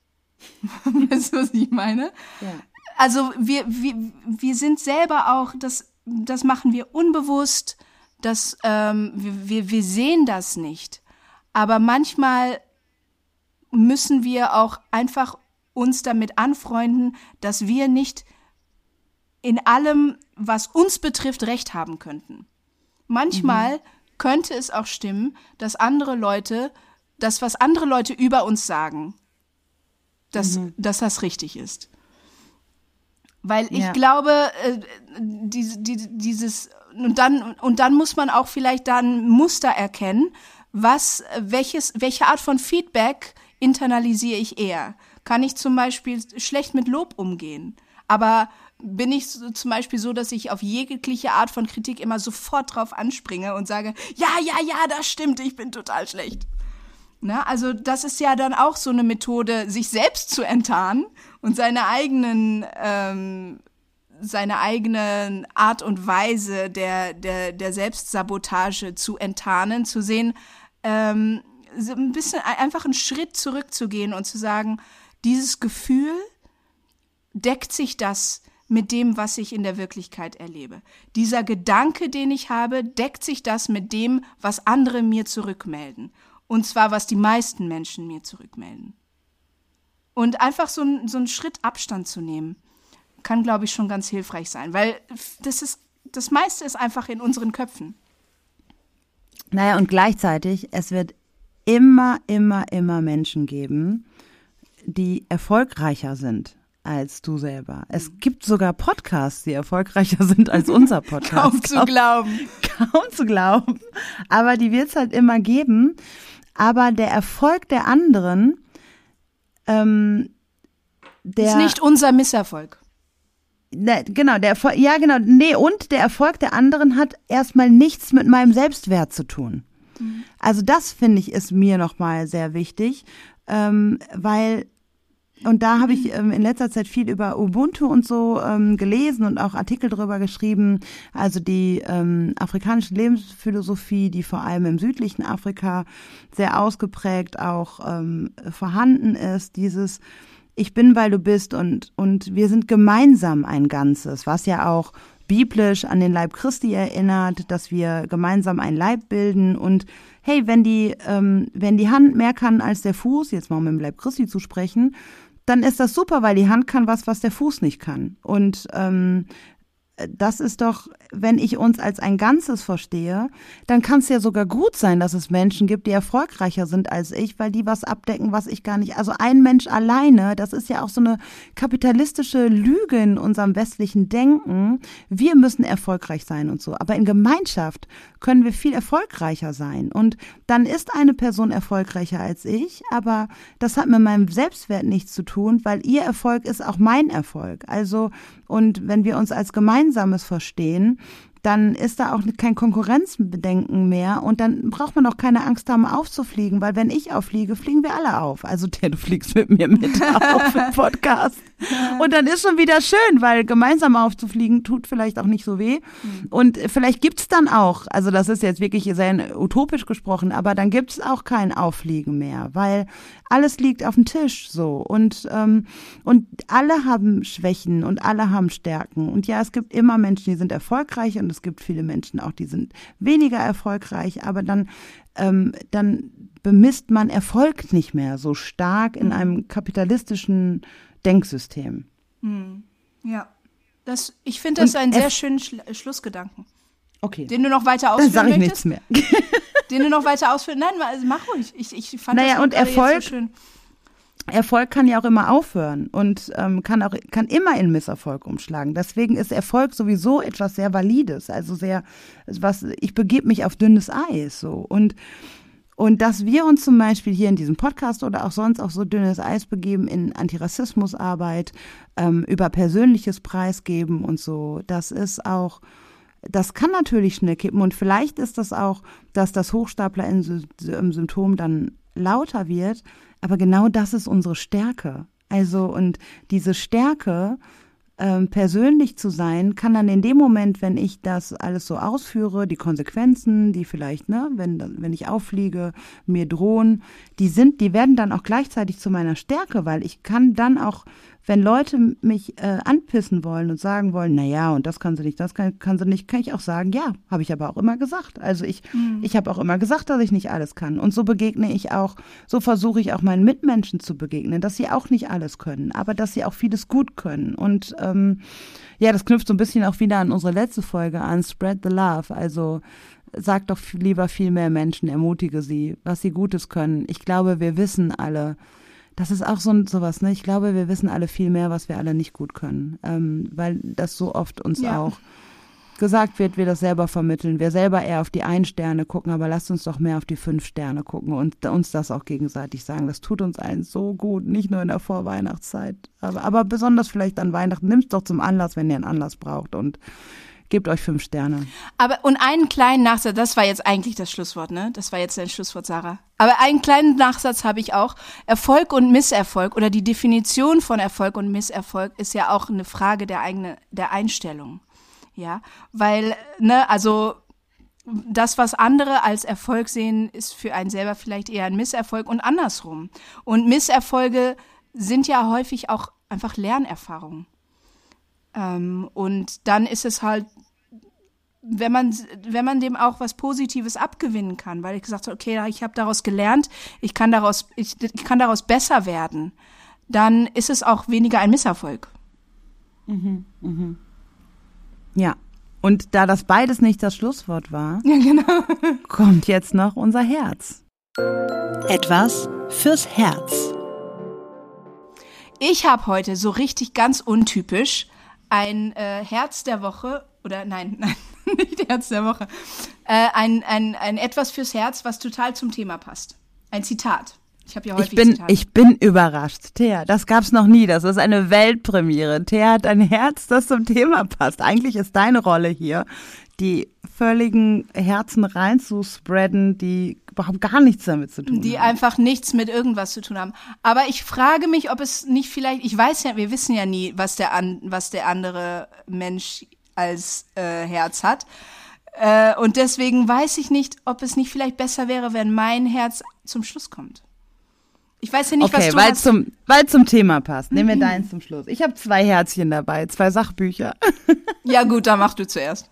Weißt du, was ich meine? Ja. Also wir, wir, wir sind selber auch, das, das machen wir unbewusst, das, ähm, wir, wir sehen das nicht. Aber manchmal müssen wir auch einfach uns damit anfreunden, dass wir nicht in allem, was uns betrifft, Recht haben könnten. Manchmal mhm. könnte es auch stimmen, dass andere Leute, dass was andere Leute über uns sagen, dass, mhm. dass das richtig ist. Weil ich ja. glaube, äh, die, die, dieses und dann und dann muss man auch vielleicht da ein Muster erkennen, was welches welche Art von Feedback internalisiere ich eher? Kann ich zum Beispiel schlecht mit Lob umgehen? Aber bin ich so, zum Beispiel so, dass ich auf jegliche Art von Kritik immer sofort drauf anspringe und sage, ja, ja, ja, das stimmt, ich bin total schlecht. Na, also das ist ja dann auch so eine Methode, sich selbst zu enttarnen und seine eigenen, ähm, seine eigenen Art und Weise der, der, der Selbstsabotage zu enttarnen, zu sehen, ähm, so ein bisschen einfach einen Schritt zurückzugehen und zu sagen, dieses Gefühl, deckt sich das mit dem, was ich in der Wirklichkeit erlebe? Dieser Gedanke, den ich habe, deckt sich das mit dem, was andere mir zurückmelden? Und zwar, was die meisten Menschen mir zurückmelden. Und einfach so, ein, so einen Schritt Abstand zu nehmen, kann, glaube ich, schon ganz hilfreich sein. Weil das ist, das meiste ist einfach in unseren Köpfen. Naja, und gleichzeitig, es wird immer, immer, immer Menschen geben, die erfolgreicher sind als du selber. Es gibt sogar Podcasts, die erfolgreicher sind als unser Podcast. Kaum zu glauben. Kaum zu glauben. Aber die wird es halt immer geben. Aber der Erfolg der anderen, ähm, der ist nicht unser Misserfolg. Ne, genau, der Erfolg, ja genau, nee, und der Erfolg der anderen hat erstmal nichts mit meinem Selbstwert zu tun. Mhm. Also das, finde ich, ist mir nochmal sehr wichtig, ähm, weil und da habe ich ähm, in letzter Zeit viel über Ubuntu und so ähm, gelesen und auch Artikel drüber geschrieben. Also die ähm, afrikanische Lebensphilosophie, die vor allem im südlichen Afrika sehr ausgeprägt auch ähm, vorhanden ist. Dieses Ich bin, weil du bist und und wir sind gemeinsam ein Ganzes, was ja auch biblisch an den Leib Christi erinnert, dass wir gemeinsam ein Leib bilden und hey, wenn die ähm, wenn die Hand mehr kann als der Fuß, jetzt mal um im Leib Christi zu sprechen, dann ist das super, weil die Hand kann was, was der Fuß nicht kann. Und ähm, das ist doch, wenn ich uns als ein Ganzes verstehe, dann kann es ja sogar gut sein, dass es Menschen gibt, die erfolgreicher sind als ich, weil die was abdecken, was ich gar nicht. Also ein Mensch alleine, das ist ja auch so eine kapitalistische Lüge in unserem westlichen Denken. Wir müssen erfolgreich sein und so. Aber in Gemeinschaft können wir viel erfolgreicher sein. Und dann ist eine Person erfolgreicher als ich, aber das hat mit meinem Selbstwert nichts zu tun, weil ihr Erfolg ist auch mein Erfolg. Also, und wenn wir uns als Gemeinsames verstehen, dann ist da auch kein Konkurrenzbedenken mehr und dann braucht man auch keine Angst haben, aufzufliegen, weil wenn ich auffliege, fliegen wir alle auf. Also der, du fliegst mit mir mit auf im Podcast. Und dann ist schon wieder schön, weil gemeinsam aufzufliegen tut vielleicht auch nicht so weh. Und vielleicht gibt's dann auch, also das ist jetzt wirklich sehr utopisch gesprochen, aber dann gibt's auch kein Auffliegen mehr, weil alles liegt auf dem Tisch so und ähm, und alle haben Schwächen und alle haben Stärken. Und ja, es gibt immer Menschen, die sind erfolgreich und es gibt viele Menschen auch, die sind weniger erfolgreich, aber dann, ähm, dann bemisst man Erfolg nicht mehr so stark in einem kapitalistischen Denksystem. Hm. Ja, das, ich finde das Und einen sehr F- schönen Schlu- Schlussgedanken, Okay, den du noch weiter dann ausführen sage ich möchtest. nichts mehr. Den du noch weiter ausführen. Nein, also mach ruhig. Ich, ich fand Naja, das nur und gerade Erfolg- jetzt so schön. Erfolg kann ja auch immer aufhören und ähm, kann auch kann immer in Misserfolg umschlagen. Deswegen ist Erfolg sowieso etwas sehr Valides, also sehr, was ich begebe mich auf dünnes Eis so und und dass wir uns zum Beispiel hier in diesem Podcast oder auch sonst auf so dünnes Eis begeben in Antirassismusarbeit, ähm, über Persönliches preisgeben und so, das ist auch Das kann natürlich schnell kippen und vielleicht ist das auch, dass das Hochstapler im Symptom dann lauter wird, aber genau das ist unsere Stärke. Also und diese Stärke, ähm, persönlich zu sein, kann dann in dem Moment, wenn ich das alles so ausführe, die Konsequenzen, die vielleicht, ne, wenn wenn ich auffliege, mir drohen, die sind, die werden dann auch gleichzeitig zu meiner Stärke, weil ich kann dann auch, wenn Leute mich äh, anpissen wollen und sagen wollen, na ja, und das kann sie nicht, das kann, kann sie nicht, kann ich auch sagen, ja, habe ich aber auch immer gesagt. Also ich, mhm. ich habe auch immer gesagt, dass ich nicht alles kann. Und so begegne ich auch, so versuche ich auch meinen Mitmenschen zu begegnen, dass sie auch nicht alles können, aber dass sie auch vieles gut können. Und ähm, ja, das knüpft so ein bisschen auch wieder an unsere letzte Folge an, Spread the Love. Also sag doch lieber viel mehr Menschen, ermutige sie, was sie Gutes können. Ich glaube, wir wissen alle, das ist auch so sowas, ne? Ich glaube, wir wissen alle viel mehr, was wir alle nicht gut können, ähm, weil das so oft uns Ja. auch gesagt wird, wir das selber vermitteln, wir selber eher auf die Ein-Sterne gucken, aber lasst uns doch mehr auf die Fünf-Sterne gucken und uns das auch gegenseitig sagen. Das tut uns allen so gut, nicht nur in der Vorweihnachtszeit, aber, aber besonders vielleicht an Weihnachten. Nimmt's doch zum Anlass, wenn ihr einen Anlass braucht und gebt euch fünf Sterne. Aber und einen kleinen Nachsatz, das war jetzt eigentlich das Schlusswort, ne? Das war jetzt dein Schlusswort, Sarah. Aber einen kleinen Nachsatz habe ich auch. Erfolg und Misserfolg oder die Definition von Erfolg und Misserfolg ist ja auch eine Frage der eigenen, der Einstellung. Ja, weil, ne, also das, was andere als Erfolg sehen, ist für einen selber vielleicht eher ein Misserfolg und andersrum. Und Misserfolge sind ja häufig auch einfach Lernerfahrungen. Ähm, und dann ist es halt, wenn man, wenn man dem auch was Positives abgewinnen kann, weil ich gesagt habe, okay, ich habe daraus gelernt, ich kann daraus, ich, ich kann daraus besser werden, dann ist es auch weniger ein Misserfolg. Mhm, mhm. Ja, und da das beides nicht das Schlusswort war, Ja, genau. kommt jetzt noch unser Herz. Etwas fürs Herz. Ich habe heute so richtig ganz untypisch ein äh, Herz der Woche, oder nein, nein, nicht Herz der Woche, äh, ein, ein, ein etwas fürs Herz, was total zum Thema passt. Ein Zitat. Ich habe ja häufig Ich bin, Zitate. ich bin überrascht. Thea, das gab's noch nie. Das ist eine Weltpremiere. Thea hat ein Herz, das zum Thema passt. Eigentlich ist deine Rolle hier, die völligen Herzen reinzuspreaden, die überhaupt gar nichts damit zu tun Die haben. einfach nichts mit irgendwas zu tun haben. Aber ich frage mich, ob es nicht vielleicht, ich weiß ja, wir wissen ja nie, was der, an, was der andere Mensch als äh, Herz hat. Äh, und deswegen weiß ich nicht, ob es nicht vielleicht besser wäre, wenn mein Herz zum Schluss kommt. Ich weiß ja nicht, Okay, was du weil hast. zum, weil zum Thema passt. Nehmen wir deins zum Schluss. Ich habe zwei Herzchen dabei, zwei Sachbücher. Ja gut, dann mach du zuerst.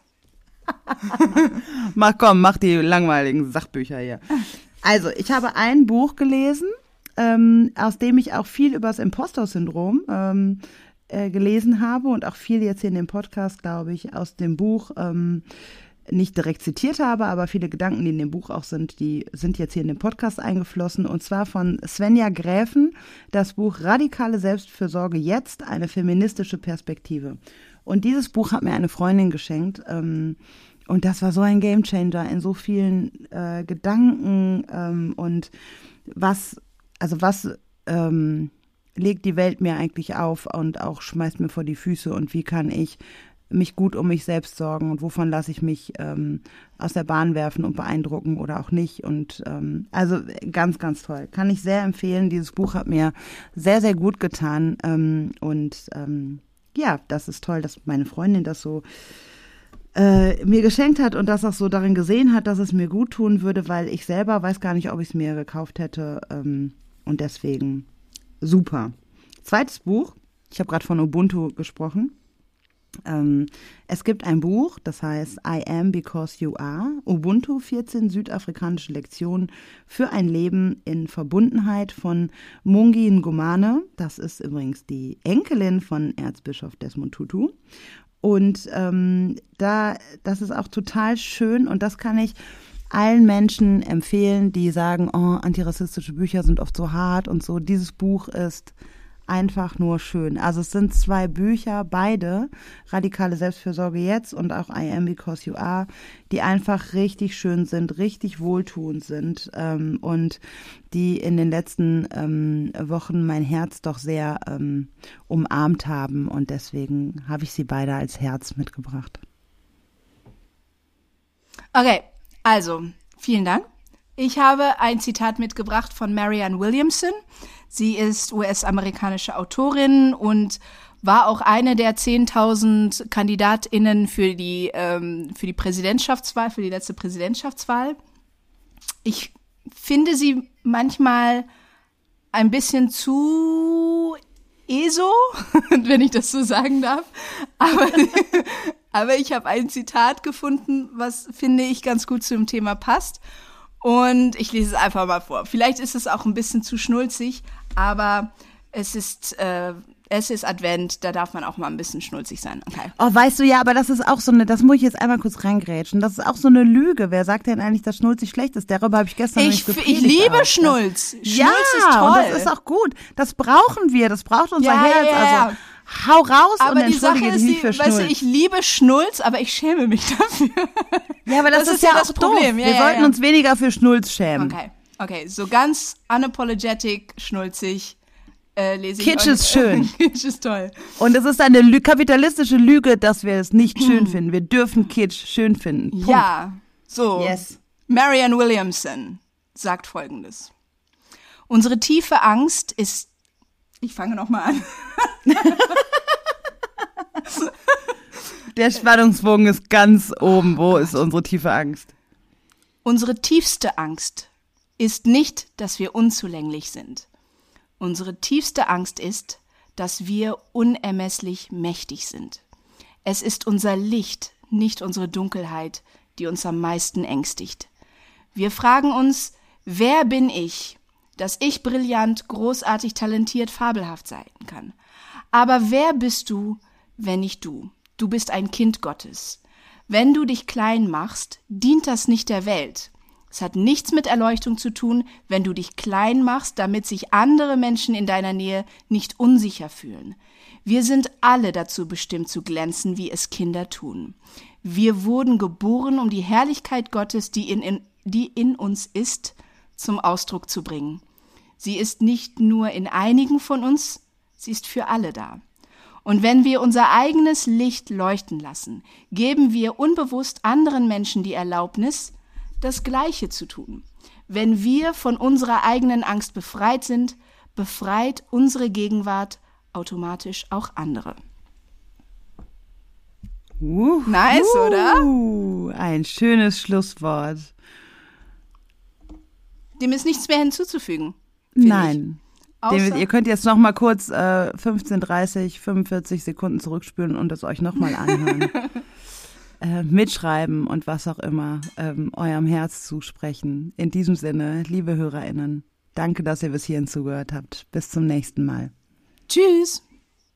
Mach komm, mach die langweiligen Sachbücher hier. Also, ich habe ein Buch gelesen, ähm, aus dem ich auch viel über das Imposter-Syndrom ähm, äh, gelesen habe und auch viel jetzt hier in dem Podcast, glaube ich, aus dem Buch ähm, nicht direkt zitiert habe, aber viele Gedanken, die in dem Buch auch sind, die sind jetzt hier in den Podcast eingeflossen, und zwar von Svenja Gräfen, das Buch Radikale Selbstfürsorge jetzt, eine feministische Perspektive. Und dieses Buch hat mir eine Freundin geschenkt, ähm, und das war so ein Gamechanger in so vielen äh, Gedanken ähm, und was, also was ähm, legt die Welt mir eigentlich auf und auch schmeißt mir vor die Füße, und wie kann ich mich gut um mich selbst sorgen und wovon lasse ich mich ähm, aus der Bahn werfen und beeindrucken oder auch nicht. Und ähm, also ganz, ganz toll. Kann ich sehr empfehlen. Dieses Buch hat mir sehr, sehr gut getan. Ähm, und ähm, ja, das ist toll, dass meine Freundin das so äh, mir geschenkt hat und das auch so darin gesehen hat, dass es mir gut tun würde, weil ich selber weiß gar nicht, ob ich es mir gekauft hätte. Ähm, und deswegen super. Zweites Buch. Ich habe gerade von Ubuntu gesprochen. Ähm, es gibt ein Buch, das heißt I Am Because You Are, Ubuntu, vierzehn südafrikanische Lektionen für ein Leben in Verbundenheit von Mungi Ngumane. Das ist übrigens die Enkelin von Erzbischof Desmond Tutu. Und ähm, da, das ist auch total schön und das kann ich allen Menschen empfehlen, die sagen, oh, antirassistische Bücher sind oft so hart und so. Dieses Buch ist einfach nur schön. Also es sind zwei Bücher, beide, Radikale Selbstfürsorge jetzt und auch I Am Because You Are, die einfach richtig schön sind, richtig wohltuend sind ähm, und die in den letzten ähm, Wochen mein Herz doch sehr ähm, umarmt haben und deswegen habe ich sie beide als Herz mitgebracht. Okay, also vielen Dank. Ich habe ein Zitat mitgebracht von Marianne Williamson. Sie ist U S-amerikanische Autorin und war auch eine der zehntausend KandidatInnen für die, ähm, für die Präsidentschaftswahl, für die letzte Präsidentschaftswahl. Ich finde sie manchmal ein bisschen zu ESO, wenn ich das so sagen darf. Aber, aber ich habe ein Zitat gefunden, was, finde ich, ganz gut zum Thema passt. Und ich lese es einfach mal vor. Vielleicht ist es auch ein bisschen zu schnulzig, aber es ist, äh, es ist Advent, da darf man auch mal ein bisschen schnulzig sein. Okay. Oh, weißt du, ja, aber das ist auch so eine, das muss ich jetzt einmal kurz reingrätschen, das ist auch so eine Lüge. Wer sagt denn eigentlich, dass Schnulzig schlecht ist? Darüber habe ich gestern ich, nicht gepredigt. Ich liebe auch. Schnulz. Schnulz ja, ist toll. Und das ist auch gut. Das brauchen wir, das braucht unser ja, Herz. Ja, ja. Also hau raus aber und die entschuldige Sache dich ist, nicht für die, Schnulz. weißt du, ich liebe Schnulz, aber ich schäme mich dafür. Ja, aber das, das ist, ist ja ja auch das Problem. doof. Ja, wir ja, sollten ja. uns weniger für Schnulz schämen. Okay, okay, so ganz unapologetic, schnulzig äh, lese ich. Kitsch ist schön. Kitsch ist toll. Und es ist eine Lü- kapitalistische Lüge, dass wir es nicht schön finden. Wir dürfen Kitsch schön finden. Punkt. Ja, so. Yes. Marianne Williamson sagt Folgendes. Unsere tiefe Angst ist, ich fange nochmal an. Der Spannungsbogen ist ganz oben. Wo ist unsere tiefe Angst? Unsere tiefste Angst ist nicht, dass wir unzulänglich sind. Unsere tiefste Angst ist, dass wir unermesslich mächtig sind. Es ist unser Licht, nicht unsere Dunkelheit, die uns am meisten ängstigt. Wir fragen uns, wer bin ich, dass ich brillant, großartig, talentiert, fabelhaft sein kann? Aber wer bist du, wenn nicht du? Du bist ein Kind Gottes. Wenn du dich klein machst, dient das nicht der Welt. Es hat nichts mit Erleuchtung zu tun, wenn du dich klein machst, damit sich andere Menschen in deiner Nähe nicht unsicher fühlen. Wir sind alle dazu bestimmt zu glänzen, wie es Kinder tun. Wir wurden geboren, um die Herrlichkeit Gottes, die in, in, die in uns ist, zum Ausdruck zu bringen. Sie ist nicht nur in einigen von uns, sie ist für alle da. Und wenn wir unser eigenes Licht leuchten lassen, geben wir unbewusst anderen Menschen die Erlaubnis, das Gleiche zu tun. Wenn wir von unserer eigenen Angst befreit sind, befreit unsere Gegenwart automatisch auch andere. Uh, nice, uh, oder? Ein schönes Schlusswort. Dem ist nichts mehr hinzuzufügen. Nein. Dem, Außer ihr könnt jetzt noch mal kurz äh, fünfzehn, dreißig, fünfundvierzig Sekunden zurückspülen und es euch noch mal anhören. äh, mitschreiben und was auch immer, ähm, eurem Herz zusprechen. In diesem Sinne, liebe HörerInnen, danke, dass ihr bis hierhin zugehört habt. Bis zum nächsten Mal. Tschüss.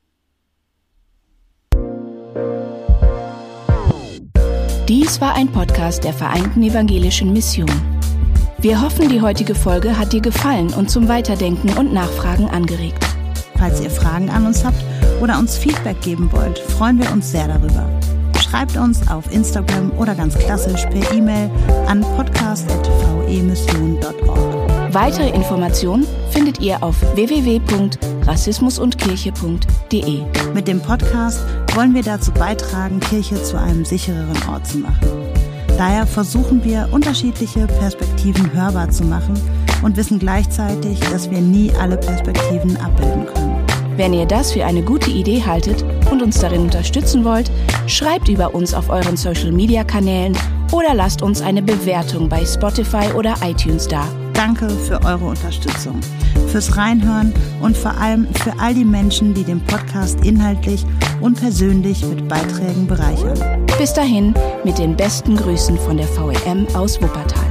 Dies war ein Podcast der Vereinten Evangelischen Mission. Wir hoffen, die heutige Folge hat dir gefallen und zum Weiterdenken und Nachfragen angeregt. Falls ihr Fragen an uns habt oder uns Feedback geben wollt, freuen wir uns sehr darüber. Schreibt uns auf Instagram oder ganz klassisch per E-Mail an podcast at v e mission punkt org. Weitere Informationen findet ihr auf w w w punkt rassismus und kirche punkt d e. Mit dem Podcast wollen wir dazu beitragen, Kirche zu einem sichereren Ort zu machen. Daher versuchen wir, unterschiedliche Perspektiven hörbar zu machen und wissen gleichzeitig, dass wir nie alle Perspektiven abbilden können. Wenn ihr das für eine gute Idee haltet und uns darin unterstützen wollt, schreibt über uns auf euren Social-Media-Kanälen oder lasst uns eine Bewertung bei Spotify oder iTunes da. Danke für eure Unterstützung, fürs Reinhören und vor allem für all die Menschen, die den Podcast inhaltlich unpersönlich mit Beiträgen bereichern. Bis dahin mit den besten Grüßen von der V E M aus Wuppertal.